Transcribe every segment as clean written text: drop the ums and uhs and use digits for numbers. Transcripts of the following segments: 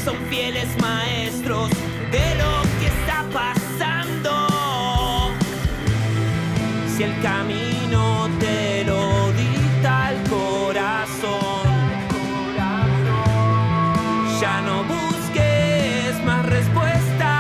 son fieles maestros de lo que está pasando. Si el camino te lo dicta el corazón, ya no busques más respuestas.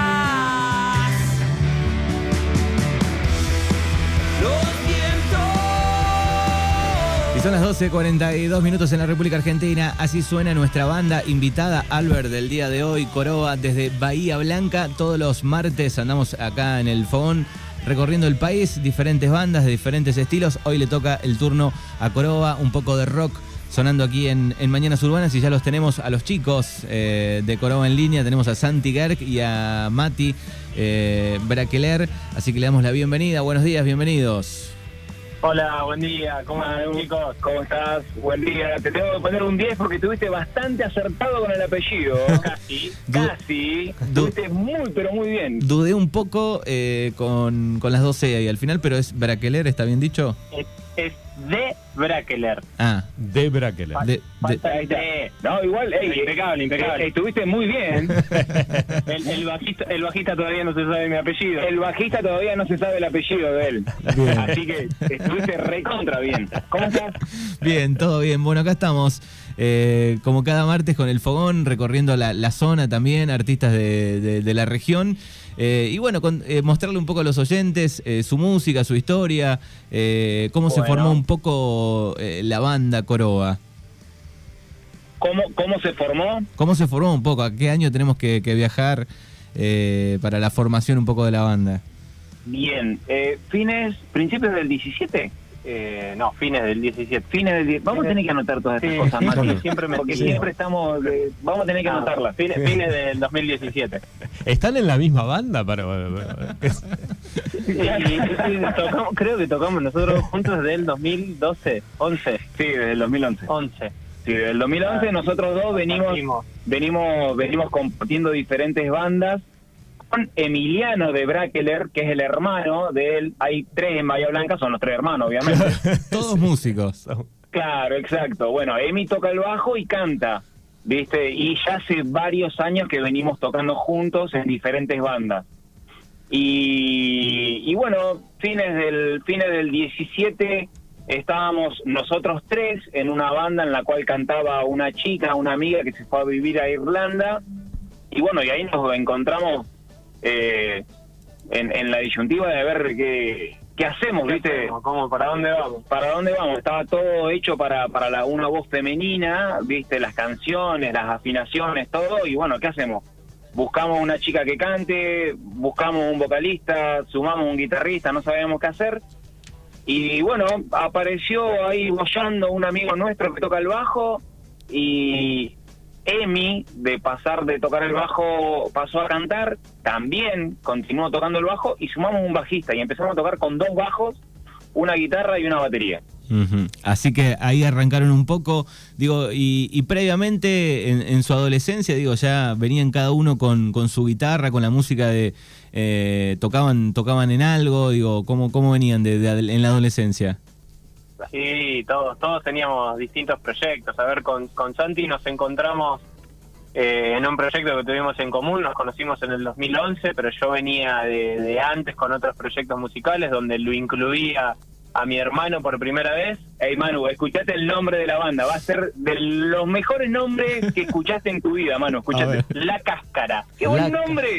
Y son las 12:42 minutos en la República Argentina. Así suena nuestra banda invitada, Albert, del día de hoy. Coroba desde Bahía Blanca. Todos los martes andamos acá en el Fogón recorriendo el país, diferentes bandas de diferentes estilos. Hoy le toca el turno a Coroba, un poco de rock sonando aquí en Mañanas Urbanas, y ya los tenemos a los chicos de Coroba en línea. Tenemos a Santi Gerg y a Mati Brakeler, así que le damos la bienvenida. Buenos días, bienvenidos. Hola, buen día, ¿cómo están, chicos? ¿Cómo estás? Buen día. Te tengo que poner un 10 porque estuviste bastante acertado con el apellido. Casi. Estuviste muy, pero muy bien. Dudé un poco con las dos C ahí al final, pero es Brakeler, ¿está bien dicho? Es de Brakeler. Ah, de Brakeler. No, igual, impecable. Estuviste muy bien. El bajista todavía no se sabe mi apellido. El bajista todavía no se sabe el apellido de él. Bien. Así que estuviste recontra bien. ¿Cómo estás? bien, todo bien. Bueno, acá estamos como cada martes con el Fogón, recorriendo la zona también, artistas de la región. Y bueno, mostrarle un poco a los oyentes su música, su historia, cómo se formó un poco la banda Coroba. ¿Cómo se formó? ¿Cómo se formó un poco? ¿A qué año tenemos que viajar para la formación un poco de la banda? Bien, principios del 17. No, fines del 17. Vamos a tener que anotar todas estas cosas, Mati. Siempre estamos. Vamos a tener que anotarlas. Fines del 2017. ¿Están en la misma banda? Creo que tocamos nosotros juntos desde el 2012, 11. Sí, desde el 2011. 11. Sí, desde el 2011 nosotros dos venimos compartiendo diferentes bandas. Con Emiliano de Brakeler, que es el hermano de él. Hay 3 en Bahía Blanca, son los 3 hermanos, obviamente. Todos músicos. Claro, exacto. Bueno, Emi toca el bajo y canta, ¿viste? Y ya hace varios años que venimos tocando juntos en diferentes bandas. Y bueno, fines del 17 estábamos nosotros 3 en una banda en la cual cantaba una chica, una amiga que se fue a vivir a Irlanda. Y bueno, y ahí nos encontramos en la disyuntiva de ver qué hacemos, ¿viste? ¿Para dónde vamos? ¿Para dónde vamos? Estaba todo hecho para una voz femenina, ¿viste? Las canciones, las afinaciones, todo. Y bueno, ¿qué hacemos? Buscamos una chica que cante, buscamos un vocalista, sumamos un guitarrista, no sabíamos qué hacer. Y bueno, apareció ahí boyando un amigo nuestro que toca el bajo, y Emi, de pasar de tocar el bajo, pasó a cantar, también continuó tocando el bajo, y sumamos un bajista, y empezamos a tocar con 2 bajos, una guitarra y una batería. Así que ahí arrancaron un poco, digo, y previamente en su adolescencia, digo, ya venían cada uno con su guitarra, con la música de tocaban en algo, digo, ¿cómo venían en la adolescencia? Sí, todos teníamos distintos proyectos. A ver, con Santi nos encontramos en un proyecto que tuvimos en común. Nos conocimos en el 2011, pero yo venía de antes con otros proyectos musicales donde lo incluía a mi hermano por primera vez. Hey Manu, escuchate el nombre de la banda, va a ser de los mejores nombres que escuchaste en tu vida, Manu. Escuchate, La Cáscara. ¡Qué buen nombre!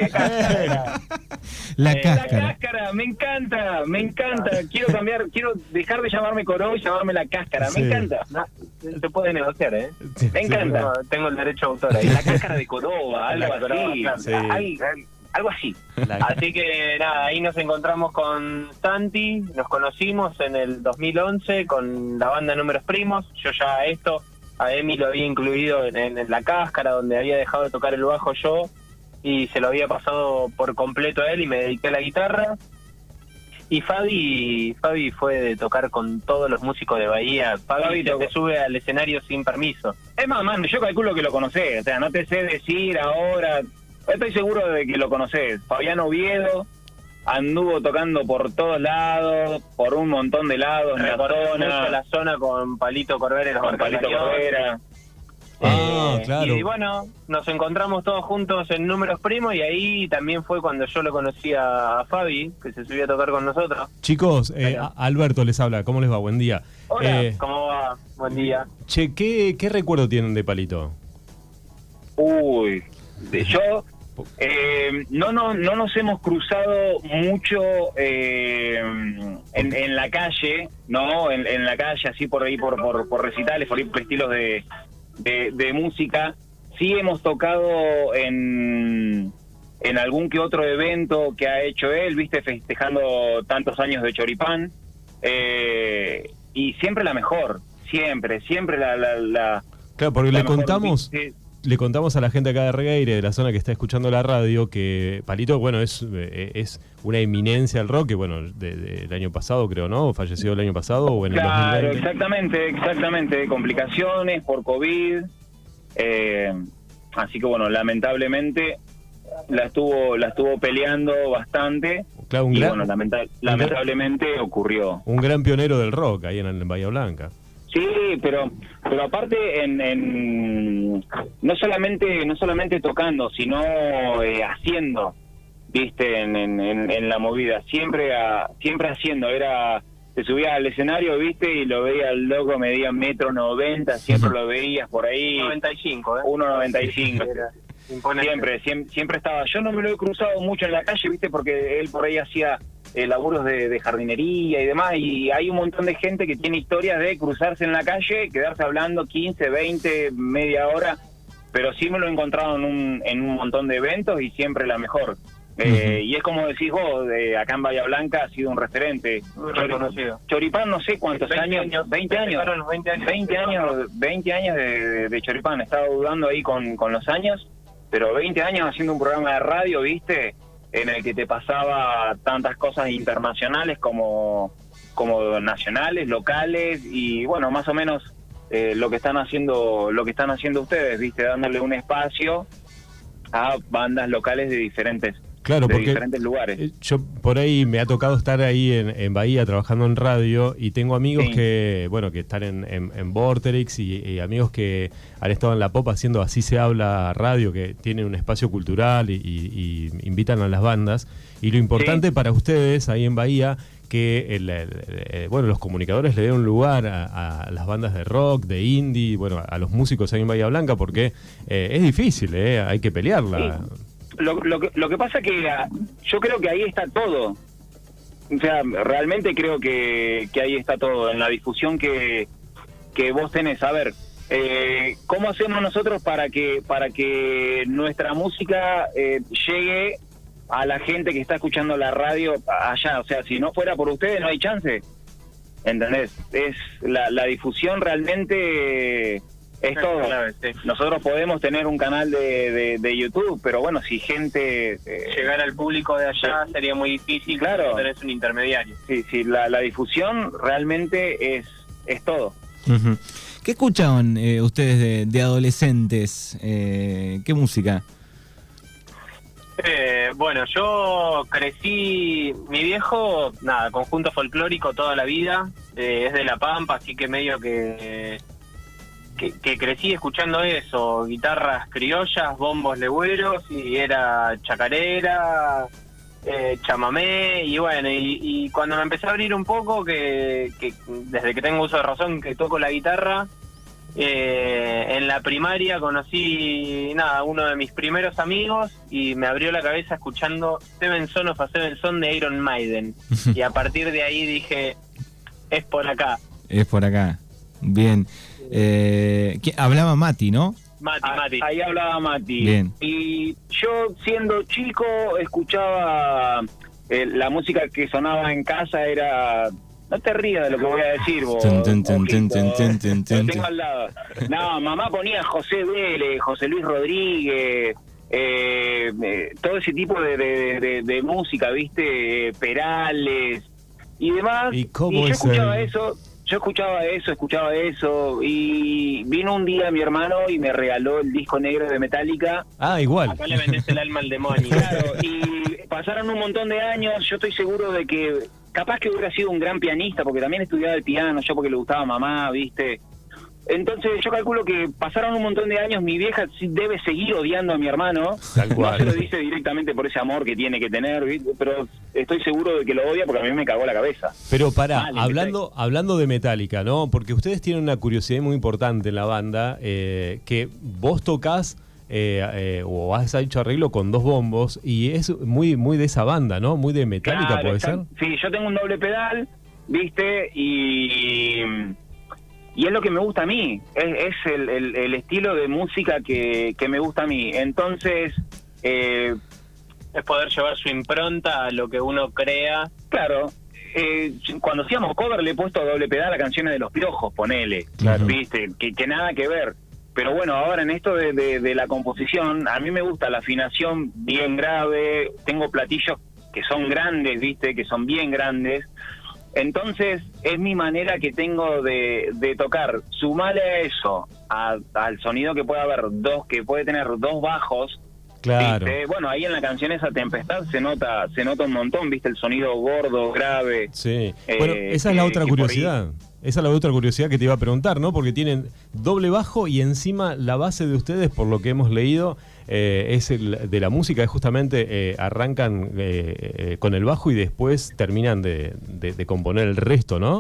La Cáscara. La Cáscara, me encanta. Quiero dejar de llamarme Coroba y llamarme La Cáscara, me encanta. No, se puede negociar, ¿eh? Me encanta. No, tengo el derecho de autor ahí. La Cáscara de Coroba, algo así. Algo así. Así que nada, ahí nos encontramos con Santi, nos conocimos en el 2011 con la banda Números Primos. Yo ya a Emi lo había incluido en La Cáscara, donde había dejado de tocar el bajo yo, y se lo había pasado por completo a él, y me dediqué a la guitarra. Y Fabi fue de tocar con todos los músicos de Bahía. Fabi te sube al escenario sin permiso. Es más, man, yo calculo que lo conocés, o sea, no te sé decir ahora. Estoy seguro de que lo conocés. Fabián Oviedo anduvo tocando por todos lados, por un montón de lados, en la zona con Palito Corbera. Claro. Y bueno, nos encontramos todos juntos en Números Primos y ahí también fue cuando yo lo conocí a Fabi, que se subió a tocar con nosotros. Chicos, Alberto les habla, ¿cómo les va? Buen día. Hola, ¿cómo va? Buen día. Che, ¿qué recuerdo tienen de Palito? Uy, yo no nos hemos cruzado mucho en la calle, ¿no? En la calle, así por ahí, por recitales, por ahí por estilos de música. Sí hemos tocado en algún que otro evento que ha hecho él, viste, festejando tantos años de Choripán, y siempre la mejor, siempre la claro, porque la le mejor, contamos... ¿viste? Le contamos a la gente acá de Regueire, de la zona que está escuchando la radio, que Palito, bueno, es una eminencia del rock, que bueno, del año pasado creo, ¿no? Falleció el año pasado o en el 2020. Exactamente, complicaciones por COVID, así que bueno, lamentablemente la estuvo peleando bastante, claro, y bueno, lamentablemente ocurrió. Un gran pionero del rock ahí en Bahía Blanca. Sí, pero aparte no solamente tocando, sino haciendo, viste, en la movida, siempre haciendo. Te subías al escenario, viste, y lo veía el loco, medía 1,90 m, siempre lo veías por ahí. 1,95, 1,95. Siempre estaba. Yo no me lo he cruzado mucho en la calle, viste, porque él por ahí hacía laburos de jardinería y demás, y hay un montón de gente que tiene historias de cruzarse en la calle, quedarse hablando 15, 20, media hora, pero sí me lo he encontrado en un montón de eventos y siempre la mejor. Y es como decís vos, acá en Bahía Blanca ha sido un referente. Reconocido. Choripán, no sé cuántos años, 20 años de Choripán. Estaba dudando ahí con los años, pero 20 años haciendo un programa de radio, viste, en el que te pasaba tantas cosas internacionales como nacionales, locales, y bueno, más o menos lo que están haciendo ustedes, viste, dándole un espacio a bandas locales de diferentes lugares. Yo por ahí me ha tocado estar ahí en Bahía trabajando en radio, y tengo amigos que están en Vorterix, y amigos que han estado en La Pop haciendo Así se habla radio, que tienen un espacio cultural y invitan a las bandas, y lo importante para ustedes ahí en Bahía, que los comunicadores le den un lugar a las bandas de rock, de indie, bueno, a los músicos ahí en Bahía Blanca, porque es difícil, hay que pelearla. Sí. Lo que pasa que yo creo que ahí está todo. O sea, realmente creo que ahí está todo, en la difusión que vos tenés. A ver, ¿cómo hacemos nosotros para que nuestra música llegue a la gente que está escuchando la radio allá? O sea, si no fuera por ustedes no hay chance, ¿entendés? Es la difusión realmente... Es todo. Clave, sí. Nosotros podemos tener un canal de YouTube, pero bueno, si gente... llegar al público de allá sería muy difícil. Claro. Tenés un intermediario. Sí, la difusión realmente es todo. Uh-huh. ¿Qué escuchaban ustedes de adolescentes? ¿Qué música? Bueno, yo crecí... Mi viejo, conjunto folclórico toda la vida. Es de La Pampa, así que medio que crecí escuchando eso, guitarras criollas, bombos legüeros, y era chacarera, chamamé, y bueno, y cuando me empecé a abrir un poco, que desde que tengo uso de razón, que toco la guitarra, en la primaria conocí, uno de mis primeros amigos, y me abrió la cabeza escuchando Seven Son of a Seven Son de Iron Maiden, y a partir de ahí dije, es por acá. Es por acá, bien. Hablaba Mati, ¿no? Mati. Ahí hablaba Mati. Bien. Y yo, siendo chico, escuchaba la música que sonaba en casa, era... No te rías de lo que voy a decir, vos. Lo tengo al lado. No, mamá ponía José Vélez, José Luis Rodríguez, todo ese tipo de música, ¿viste? Perales y demás. ¿Y cómo yo escuchaba eso. Yo escuchaba eso, y vino un día mi hermano y me regaló el disco negro de Metallica. Ah, igual. Acá le vendés el alma al demonio. Claro, y pasaron un montón de años. Yo estoy seguro de que capaz que hubiera sido un gran pianista, porque también estudiaba el piano, yo porque le gustaba a mamá, ¿viste? Entonces yo calculo que pasaron un montón de años, mi vieja sí debe seguir odiando a mi hermano. Tal cual. No se lo dice directamente por ese amor que tiene que tener, ¿viste? Pero estoy seguro de que lo odia porque a mí me cagó la cabeza. Pero pará, Vale, hablando de Metallica, ¿no? Porque ustedes tienen una curiosidad muy importante en la banda, que vos tocás o has hecho arreglo con 2 bombos y es muy de esa banda, ¿no? Muy de Metallica, Claro, ¿puede ser? Sí, yo tengo un doble pedal, ¿viste? Y es lo que me gusta a mí, es el estilo de música que me gusta a mí. Entonces, Es poder llevar su impronta a lo que uno crea. claro, cuando hacíamos cover le he puesto doble pedal a canciones de Los Piojos, ponele, Claro. ¿viste? Que nada que ver. Pero bueno, ahora en esto de la composición, a mí me gusta la afinación bien grave, tengo platillos que son grandes, ¿viste? Que son bien grandes. Entonces, es mi manera que tengo de tocar. Sumale a eso, al sonido que puede haber que puede tener 2 bajos. Claro. ¿Viste? Bueno, ahí en la canción esa Tempestad se nota un montón, ¿viste? El sonido gordo, grave. Sí. Bueno, esa es la otra que por ahí- curiosidad. Esa es la otra curiosidad que te iba a preguntar, ¿no? Porque tienen doble bajo y encima la base de ustedes, por lo que hemos leído, es de la música, es justamente arrancan con el bajo y después terminan de componer el resto, ¿no?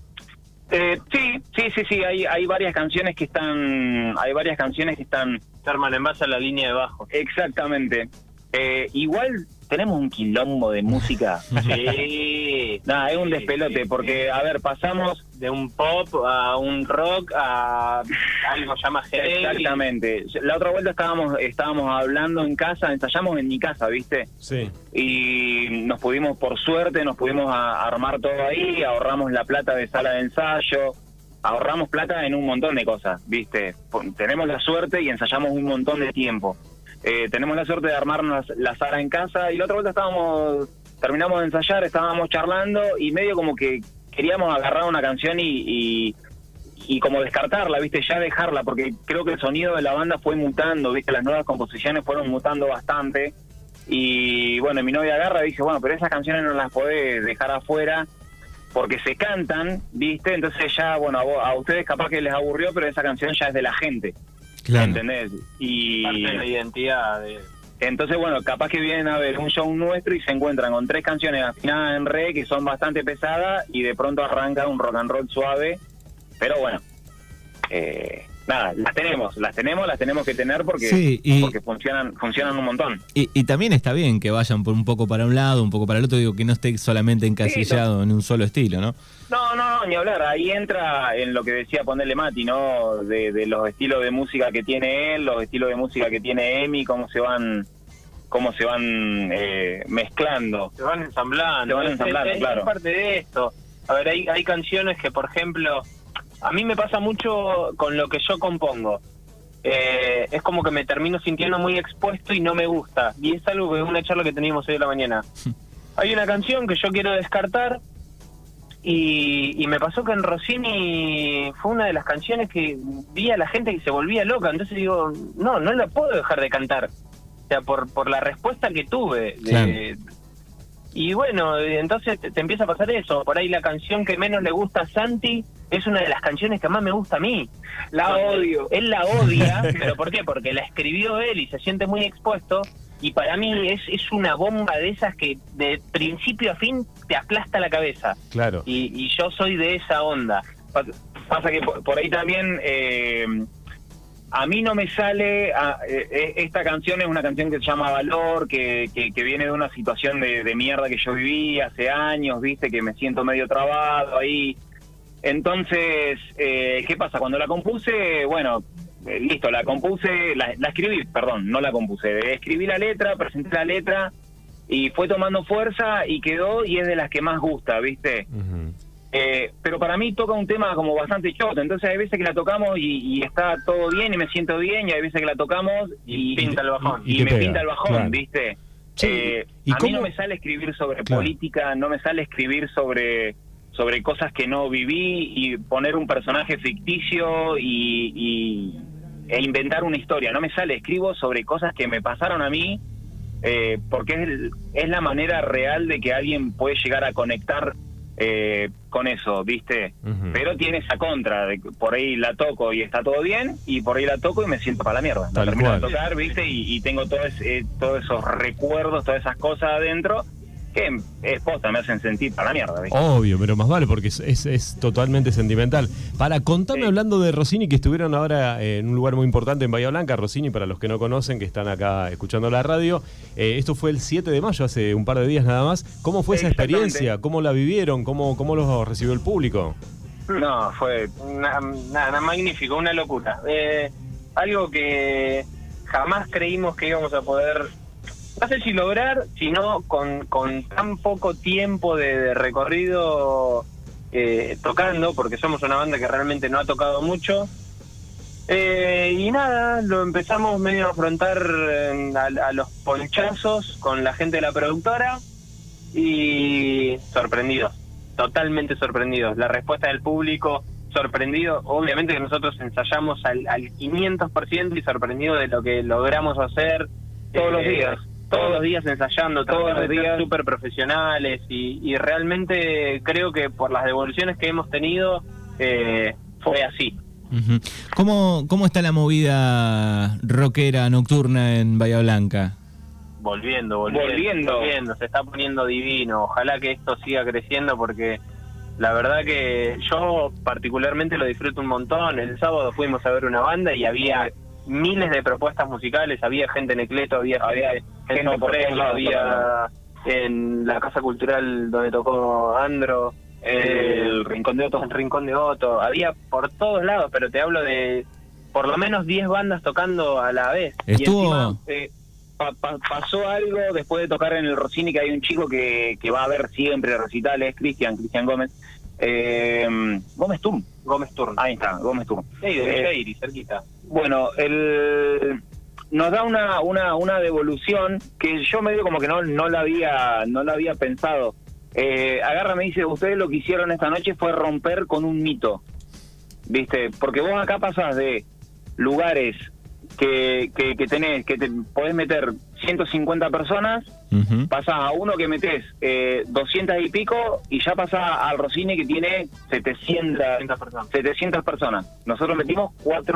Sí, hay varias canciones que están, Se arman en base a la línea de bajo. exactamente. Igual tenemos un quilombo de música. Sí. Nada, es un despelote, porque, a ver, pasamos... De un pop a un rock a algo ya más heavy. Exactamente. La otra vuelta estábamos hablando en casa, ensayamos en mi casa, ¿viste? Sí. Y por suerte nos pudimos armar todo ahí, ahorramos la plata de sala de ensayo, ahorramos plata en un montón de cosas, ¿viste? Tenemos la suerte y ensayamos un montón de tiempo. Tenemos la suerte de armarnos la sala en casa y la otra vuelta terminamos de ensayar, estábamos charlando y medio como que queríamos agarrar una canción y como descartarla, ¿viste? Ya dejarla, porque creo que el sonido de la banda fue mutando, ¿viste? Las nuevas composiciones fueron mutando bastante. Y bueno, mi novia agarra y dice, bueno, pero esas canciones no las podés dejar afuera porque se cantan, ¿viste? Entonces ya, bueno, a ustedes capaz que les aburrió, pero esa canción ya es de la gente. Claro. ¿Entendés? Y Parte de la identidad de... entonces, bueno, capaz que vienen a ver un show nuestro y se encuentran con 3 canciones afinadas en re que son bastante pesadas y de pronto arranca un rock and roll suave. Pero bueno, nada, las tenemos que tener porque, Sí, porque funcionan un montón. Y también está bien que vayan por un poco para un lado, un poco para el otro, digo, que no esté solamente encasillado en un solo estilo, ¿no? No, ni hablar. Ahí entra en lo que decía ponerle Mati, ¿no? De los estilos de música que tiene él, los estilos de música que tiene Emi, cómo se van mezclando. Se van ensamblando. Es claro. parte de esto. A ver, hay canciones que, por ejemplo, a mí me pasa mucho con lo que yo compongo. Es como que me termino sintiendo muy expuesto y no me gusta. Y es algo que una charla que teníamos hoy de la mañana. Hay una canción que yo quiero descartar y me pasó que en Rossini fue una de las canciones que vi a la gente que se volvía loca. Entonces digo, no la puedo dejar de cantar. O sea, por la respuesta que tuve. Claro. Y bueno, entonces te empieza a pasar eso. Por ahí la canción que menos le gusta a Santi es una de las canciones que más me gusta a mí. La odio. Él la odia, ¿pero por qué? Porque la escribió él y se siente muy expuesto. Y para mí es una bomba de esas que de principio a fin te aplasta la cabeza. Claro. Y yo soy de esa onda. Pasa que por ahí también a mí no me sale esta canción es una canción que se llama Valor, que viene de una situación de mierda que yo viví hace años, viste, que me siento medio trabado ahí. Entonces, ¿qué pasa? Cuando la compuse, bueno, listo, la escribí, perdón, no la compuse, escribí la letra, presenté la letra y fue tomando fuerza y quedó y es de las que más gusta, viste. Uh-huh. Pero para mí toca un tema como bastante choto, entonces hay veces que la tocamos y está todo bien y me siento bien, y hay veces que la tocamos y pinta el bajón. y te me pega, pinta el bajón, claro. ¿viste? Sí, ¿y a mí cómo? no me sale escribir sobre Claro. política, no me sale escribir sobre cosas que no viví y poner un personaje ficticio e inventar una historia, no me sale, escribo sobre cosas que me pasaron a mí, porque es la manera real de que alguien puede llegar a conectar con eso, ¿viste? Pero tiene esa contra, de que por ahí la toco y está todo bien, y por ahí la toco y me siento para la mierda. La termino de tocar, ¿viste? Y tengo todos esos recuerdos, todas esas cosas adentro, que es posta, me hacen sentir para la mierda, ¿viste? Obvio, pero más vale, porque es totalmente sentimental. Contame, hablando de Rossini, que estuvieron ahora en un lugar muy importante en Bahía Blanca. Rossini, para los que no conocen, que están acá escuchando la radio, esto fue el 7 de mayo, hace un par de días nada más. ¿Cómo fue esa experiencia? ¿Cómo la vivieron? ¿Cómo los recibió el público? No, fue nada magnífico, una locura. Algo que jamás creímos que íbamos a poder, no sé si lograr, sino con tan poco tiempo de recorrido tocando, porque somos una banda que realmente no ha tocado mucho. Y nada, lo empezamos medio a afrontar a los ponchazos con la gente de la productora y sorprendidos, totalmente sorprendidos. La respuesta del público, sorprendido. Obviamente que nosotros ensayamos al 500% y sorprendido de lo que logramos hacer todos los días ensayando, todos los días súper profesionales y realmente creo que por las devoluciones que hemos tenido fue así. ¿Cómo está la movida rockera nocturna en Bahía Blanca? Volviendo, se está poniendo divino. Ojalá que esto siga creciendo porque la verdad que yo particularmente lo disfruto un montón. El sábado fuimos a ver una banda y había miles de propuestas musicales, había gente en Ecleto, había gente por eso, había en la Casa Cultural donde tocó Andro, el Rincón de Otto, había por todos lados, pero te hablo de por lo menos 10 bandas tocando a la vez. Estuvo... Y encima, pasó algo después de tocar en el Rossini, que hay un chico que va a ver siempre recitales, Cristian Gómez. Gómez Turm. Ahí está, Gómez Turm. Sí, de Jairi, cerquita. Bueno, nos da una devolución que yo medio como que no la había pensado. Agarra, me dice, ustedes lo que hicieron esta noche fue romper con un mito, ¿viste? Porque vos acá pasás de lugares que te podés meter 150 personas, pasás a uno que metés 200 y pico y ya pasás al Rossini que tiene 700 personas. Nosotros metimos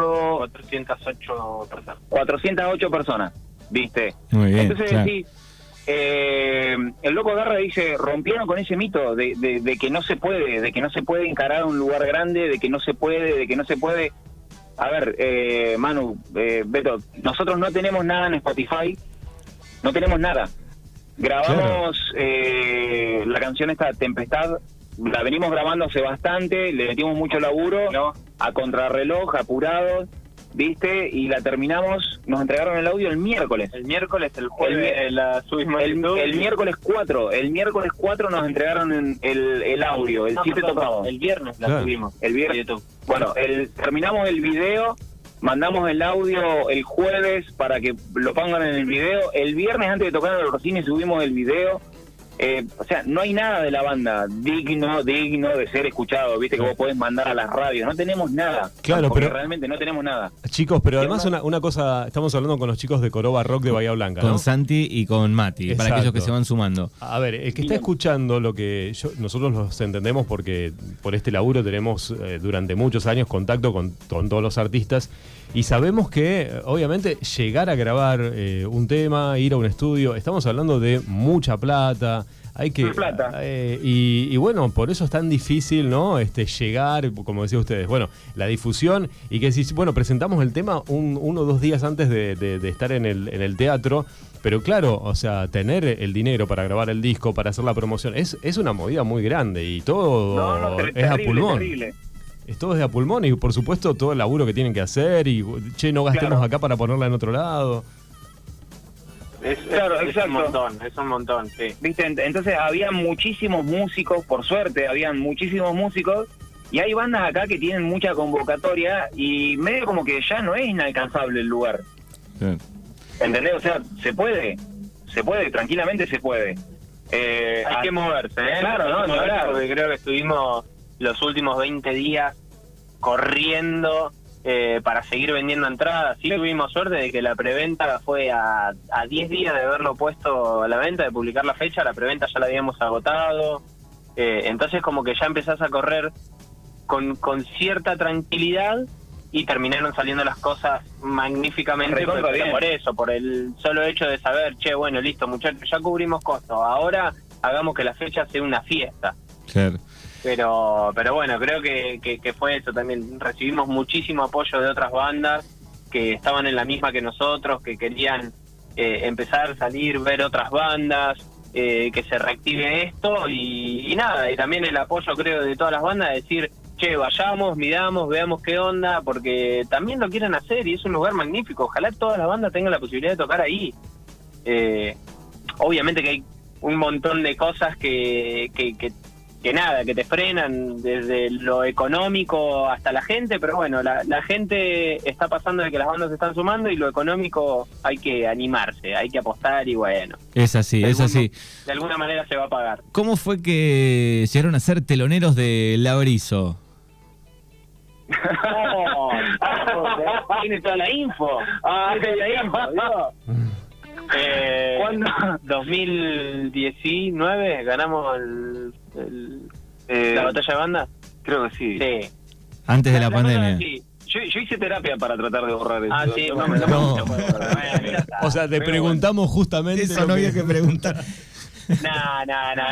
408 personas, ¿viste? Muy bien, entonces claro. decís, el loco agarra y dice, rompieron con ese mito de que no se puede encarar un lugar grande, de que no se puede. A ver, Manu, Beto, nosotros no tenemos nada en Spotify, no tenemos nada. Grabamos la canción esta Tempestad, la venimos grabando hace bastante, le metimos mucho laburo, ¿no? A contrarreloj, apurados, ¿viste? Y la terminamos, nos entregaron el audio el miércoles. El jueves la subimos el miércoles 4 nos entregaron el audio, el 7 tocado. El viernes la subimos. El viernes. Bueno, terminamos el video, mandamos el audio el jueves para que lo pongan en el video. El viernes, antes de tocar en el Rossini, subimos el video. O sea, no hay nada de la banda digno de ser escuchado, viste, que vos podés mandar a las radios. No tenemos nada. Claro, pero realmente no tenemos nada. Chicos, pero además una cosa, estamos hablando con los chicos de Coroba Rock de Bahía Blanca, ¿no? Con Santi y con Mati, Exacto. para aquellos que se van sumando. A ver, el que está escuchando lo que nosotros los entendemos porque por este laburo tenemos durante muchos años contacto con todos los artistas y sabemos que obviamente llegar a grabar un tema, ir a un estudio, estamos hablando de mucha plata. Hay que y bueno, por eso es tan difícil, ¿no? Llegar, como decían ustedes, bueno, la difusión y que si, bueno, presentamos el tema 1 o 2 días antes de estar en el teatro, pero claro, o sea, tener el dinero para grabar el disco, para hacer la promoción, es una movida muy grande y todo es a pulmón. Terrible. Todo es de a pulmón y por supuesto todo el laburo que tienen que hacer y no gastemos acá para ponerla en otro lado. Es un montón, sí. ¿Viste? Entonces había muchísimos músicos, por suerte, y hay bandas acá que tienen mucha convocatoria y medio como que ya no es inalcanzable el lugar. Sí. ¿Entendés? O sea, se puede, tranquilamente se puede. Hay que moverse, ¿eh? Claro, ¿no? Porque creo que estuvimos los últimos 20 días corriendo para seguir vendiendo entradas. Sí tuvimos suerte de que la preventa fue a 10 días de haberlo puesto a la venta, de publicar la fecha, la preventa ya la habíamos agotado. Entonces como que ya empezás a correr con cierta tranquilidad y terminaron saliendo las cosas magníficamente por eso, por el solo hecho de saber, che, bueno, listo muchachos, ya cubrimos costos, ahora hagamos que la fecha sea una fiesta. Claro. Pero bueno, creo que fue eso también. Recibimos muchísimo apoyo de otras bandas que estaban en la misma que nosotros, que querían empezar a salir, ver otras bandas, que se reactive esto y nada, y también el apoyo creo de todas las bandas de decir, che, vayamos, midamos, veamos qué onda, porque también lo quieren hacer y es un lugar magnífico. Ojalá todas las bandas tengan la posibilidad de tocar ahí. Obviamente que hay un montón de cosas que nada, que te frenan desde lo económico hasta la gente, pero bueno, la gente está pasando de que las bandas se están sumando y lo económico hay que animarse, hay que apostar y bueno. Es así, es así. De alguna manera se va a pagar. ¿Cómo fue que llegaron a ser teloneros de Laberizo? Tiene toda la info. Tiene la info, ¿cuándo? 2019 ganamos la batalla de banda. Creo que sí. Sí. Antes de la pandemia. Sí. Yo hice terapia para tratar de borrar eso. Sí, No. O sea, te preguntamos justamente. Eso no había que preguntar. No,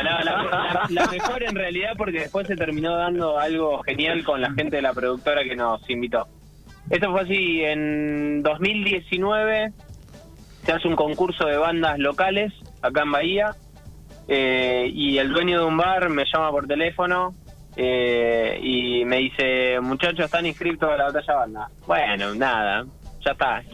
la mejor en realidad, porque después se terminó dando algo genial con la gente de la productora que nos invitó. Esto fue así, en 2019 se hace un concurso de bandas locales acá en Bahía, y el dueño de un bar me llama por teléfono y me dice, muchachos, están inscritos a la batalla banda. Bueno, nada, ya está.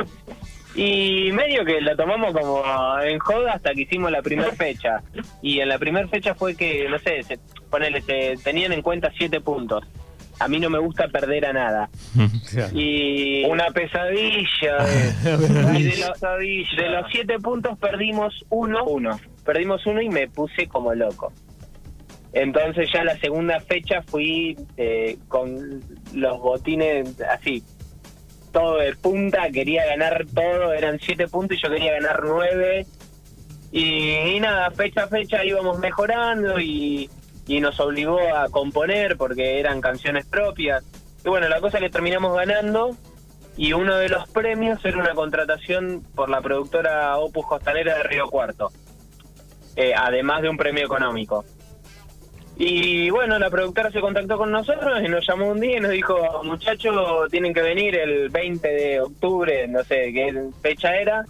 Y medio que la tomamos como en joda hasta que hicimos la primera fecha. Y en la primera fecha fue que, no sé, se tenían en cuenta 7 puntos. A mí no me gusta perder a nada. Y una pesadilla. Y de los 7 puntos perdimos uno. Perdimos uno y me puse como loco. Entonces ya la segunda fecha fui con los botines así, todo de punta, quería ganar todo, eran 7 puntos y yo quería ganar 9. Y nada, fecha a fecha íbamos mejorando y nos obligó a componer porque eran canciones propias. Y bueno, la cosa es que terminamos ganando y uno de los premios era una contratación por la productora Opus Costanera de Río Cuarto, además de un premio económico. Y bueno, la productora se contactó con nosotros y nos llamó un día y nos dijo, muchachos, tienen que venir el 20 de octubre, no sé qué fecha era,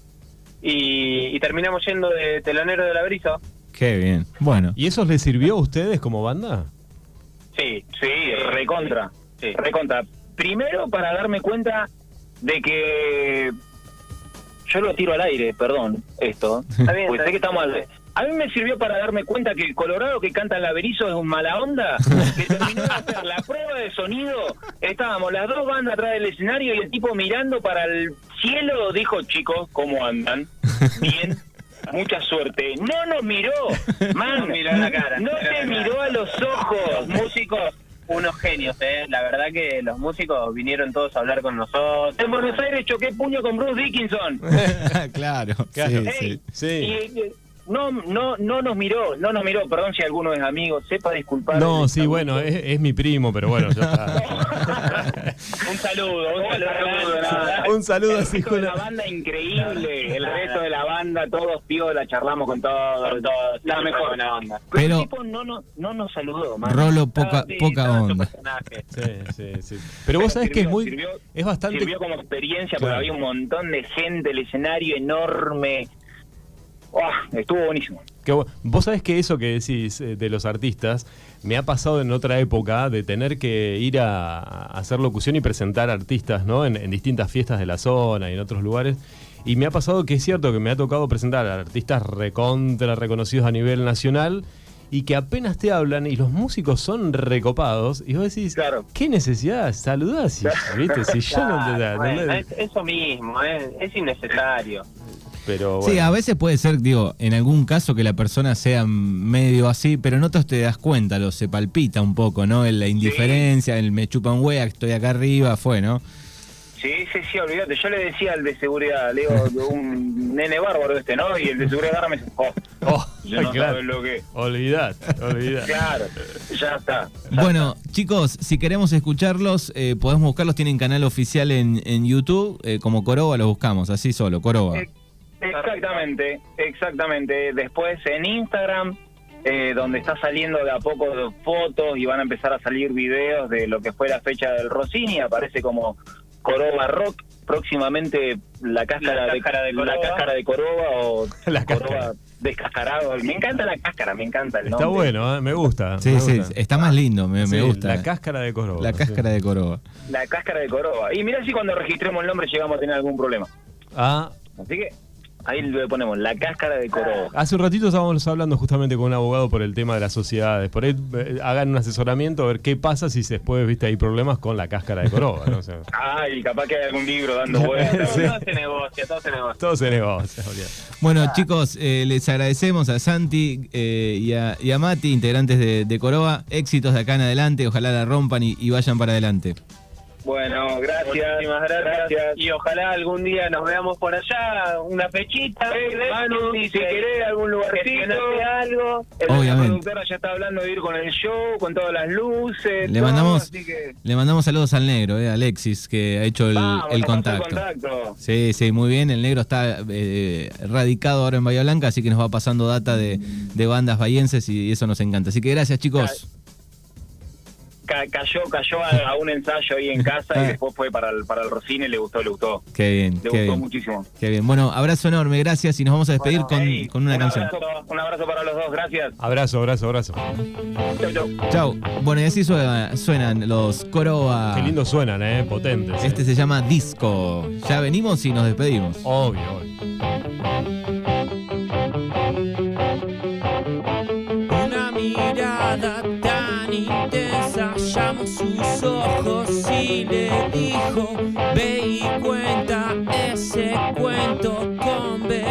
y terminamos yendo de telonero de Laberizo. Qué bien, bueno. ¿Y eso les sirvió a ustedes como banda? Sí, recontra. Sí. Recontra. Primero para darme cuenta de que yo lo tiro al aire, perdón, esto. Está bien, pues sé que estamos al... A mí me sirvió para darme cuenta que el Colorado que canta en Laberizo es un mala onda, que terminó de hacer la prueba de sonido, estábamos las dos bandas atrás del escenario y el tipo mirando para el cielo dijo, chicos, ¿cómo andan? Bien, mucha suerte. No nos miró, man, Nos miró a la cara. no te miró a los ojos. Músicos, unos genios, la verdad que los músicos vinieron todos a hablar con nosotros. En Buenos Aires choqué puño con Bruce Dickinson. Claro, Hey, Sí. y, no nos miró, perdón si alguno es amigo, sepa disculpar. No, sí, bueno, es mi primo, pero bueno, ya está. Un saludo. Un saludo el así, resto de la banda increíble, el resto de la banda, todos piola, charlamos con todos, la mejor buena onda. Pero Pero- el tipo no nos saludó, man. Rolo, poca Estaba en su onda. personaje. Sí. Pero vos sabés que es muy... Sirvió Es bastante... sirvió como experiencia, Claro. porque había un montón de gente, el escenario enorme. Estuvo buenísimo. Vos sabés que eso que decís de los artistas me ha pasado en otra época de tener que ir a hacer locución y presentar artistas, ¿no? En distintas fiestas de la zona y en otros lugares. Y me ha pasado que es cierto que me ha tocado presentar a artistas recontra reconocidos a nivel nacional y que apenas te hablan y los músicos son recopados y vos decís, Claro. ¿qué necesidad? Saludás, ¿viste? Si yo no te da... Bueno, es eso mismo, es innecesario. Pero Sí, bueno. a veces puede ser, digo, en algún caso que la persona sea medio así, pero en otros te das cuenta, se palpita un poco, ¿no? La indiferencia, el me chupan wea, estoy acá arriba, fue, ¿no? Sí, olvídate. Yo le decía al de seguridad, le digo, un nene bárbaro ¿no? Y el de seguridad agarra me dice, Yo no claro. sabes lo que. Olvidad. Claro, ya está. Bueno, chicos, si queremos escucharlos, podemos buscarlos. Tienen canal oficial en YouTube, como Coroba los buscamos, así solo, Coroba. Exactamente. Después en Instagram, donde está saliendo de a poco fotos y van a empezar a salir videos de lo que fue la fecha del Rossini, aparece como Coroba Rock. Próximamente la cáscara de Coroba o La Coroba cáscara. descascarado. Me encanta la cáscara, me encanta el nombre. Está bueno, me gusta. Sí, me sí, gusta. está más lindo, me Sí, gusta. La cáscara de Coroba. La cáscara de Coroba. La cáscara de Coroba. Y mirá si cuando registremos el nombre llegamos a tener algún problema. Ah, Así que ahí le ponemos la cáscara de Coroba. hace un ratito estábamos hablando justamente con un abogado por el tema de las sociedades. Por ahí hagan un asesoramiento a ver qué pasa si después, viste, hay problemas con la cáscara de Coroba, ¿no? O sea, Ay, capaz que hay algún libro dando vueltas. Sí. Todo se negocia, todo se negocia. todo se negocia, olvidate. Bueno, chicos, les agradecemos a Santi y a Mati, integrantes de Coroba. Éxitos de acá en adelante, ojalá la rompan y vayan para adelante. Bueno, gracias. Muchísimas gracias. Y ojalá algún día nos veamos por allá, una fechita. Manu, si querés algún lugarcito, algo. La Obviamente. productora ya está hablando de ir con el show, con todas las luces. Le todo, mandamos, así que le mandamos saludos al negro, Alexis, que ha hecho vamos, el nos pasó contacto. Sí, muy bien. El negro está radicado ahora en Bahía Blanca, así que nos va pasando data de bandas bahienses y eso nos encanta. Así que gracias, chicos. Cayó a un ensayo ahí en casa y después fue para el Rossini, le gustó. Qué bien, Le qué gustó bien. muchísimo. Qué bien. Bueno, abrazo enorme, gracias y nos vamos a despedir con una canción. Un abrazo para los dos, gracias. Abrazo. Chau. Chau. Bueno, y así suenan los Coroba. Qué lindo suenan, potentes. Este se llama Disco. Ya venimos y nos despedimos. Obvio. Una mirada tan intensa llamó sus ojos y le dijo: ve y cuenta ese cuento con